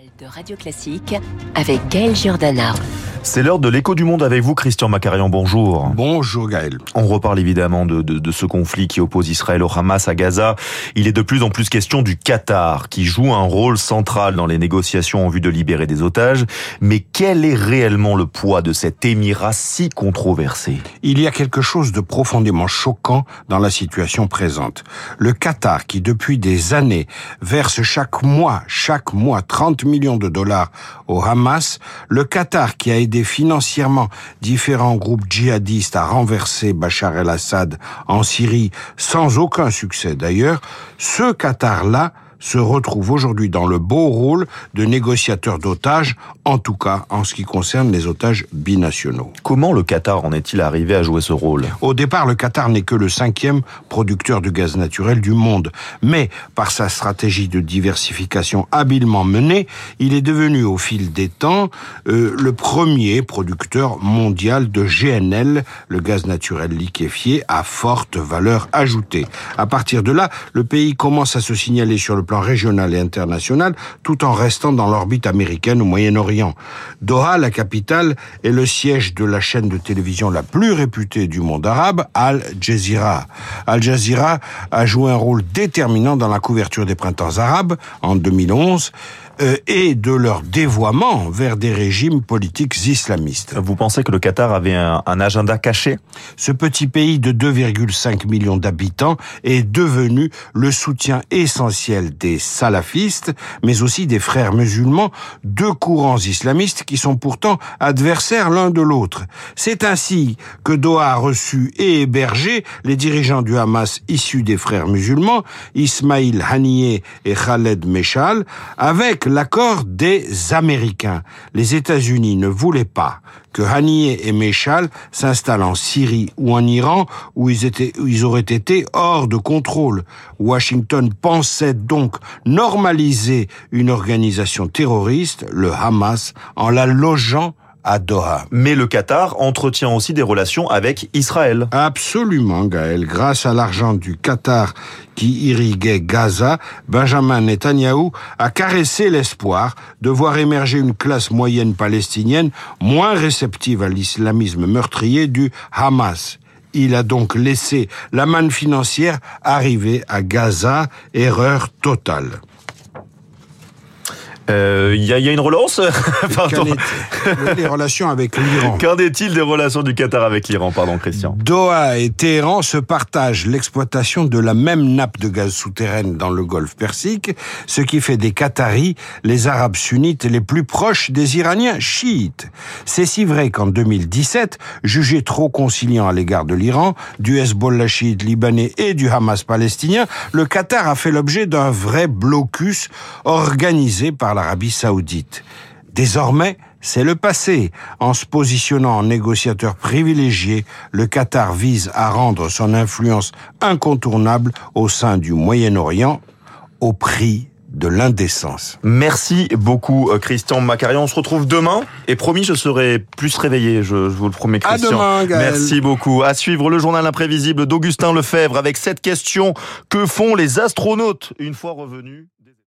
De Radio Classique avec Gaël Giordana. C'est l'heure de l'écho du monde avec vous, Christian Macarian, bonjour. Bonjour Gaël. On reparle évidemment de ce conflit qui oppose Israël au Hamas à Gaza. Il est de plus en plus question du Qatar, qui joue un rôle central dans les négociations en vue de libérer des otages. Mais quel est réellement le poids de cet émirat si controversé ? Il y a quelque chose de profondément choquant dans la situation présente. Le Qatar, qui depuis des années verse chaque mois 30 millions de dollars au Hamas, le Qatar qui a aidé financièrement différents groupes djihadistes à renverser Bachar el-Assad en Syrie sans aucun succès d'ailleurs, ce Qatar-là se retrouve aujourd'hui dans le beau rôle de négociateur d'otages, en tout cas en ce qui concerne les otages binationaux. Comment le Qatar en est-il arrivé à jouer ce rôle ? Au départ, le Qatar n'est que le 5e producteur de gaz naturel du monde. Mais, par sa stratégie de diversification habilement menée, il est devenu au fil des temps le premier producteur mondial de GNL, le gaz naturel liquéfié à forte valeur ajoutée. À partir de là, le pays commence à se signaler sur le plan régional et international, tout en restant dans l'orbite américaine au Moyen-Orient. Doha, la capitale, est le siège de la chaîne de télévision la plus réputée du monde arabe, Al Jazeera. Al Jazeera a joué un rôle déterminant dans la couverture des printemps arabes en 2011 et de leur dévoiement vers des régimes politiques islamistes. Vous pensez que le Qatar avait un agenda caché ? Ce petit pays de 2,5 millions d'habitants est devenu le soutien essentiel des salafistes, mais aussi des frères musulmans, deux courants islamistes qui sont pourtant adversaires l'un de l'autre. C'est ainsi que Doha a reçu et hébergé les dirigeants du Hamas issus des frères musulmans, Ismail Haniyeh et Khaled Meshal, avec l'accord des Américains. Les États-Unis ne voulaient pas que Haniyeh et Meshal s'installent en Syrie ou en Iran, où ils auraient été hors de contrôle. Washington pensait donc normaliser une organisation terroriste, le Hamas, en la logeant à Doha. Mais le Qatar entretient aussi des relations avec Israël. Absolument, Gaël. Grâce à l'argent du Qatar qui irriguait Gaza, Benjamin Netanyahou a caressé l'espoir de voir émerger une classe moyenne palestinienne moins réceptive à l'islamisme meurtrier du Hamas. Il a donc laissé la manne financière arriver à Gaza, erreur totale. Il y a une relance. Pardon. Les relations avec l'Iran. Qu'en est-il des relations du Qatar avec l'Iran, Christian ? Doha et Téhéran se partagent l'exploitation de la même nappe de gaz souterraine dans le Golfe Persique, ce qui fait des Qataris les Arabes sunnites les plus proches des Iraniens chiites. C'est si vrai qu'en 2017, jugé trop conciliant à l'égard de l'Iran, du Hezbollah chiite libanais et du Hamas palestinien, le Qatar a fait l'objet d'un vrai blocus organisé par l'Arabie saoudite. Désormais, c'est le passé. En se positionnant en négociateur privilégié, le Qatar vise à rendre son influence incontournable au sein du Moyen-Orient au prix de l'indécence. Merci beaucoup, Christian Macarian. On se retrouve demain. Et promis, je serai plus réveillé, je vous le promets, Christian. À demain, Gaël. Merci beaucoup. À suivre le journal imprévisible d'Augustin Lefebvre avec cette question: que font les astronautes une fois revenus ?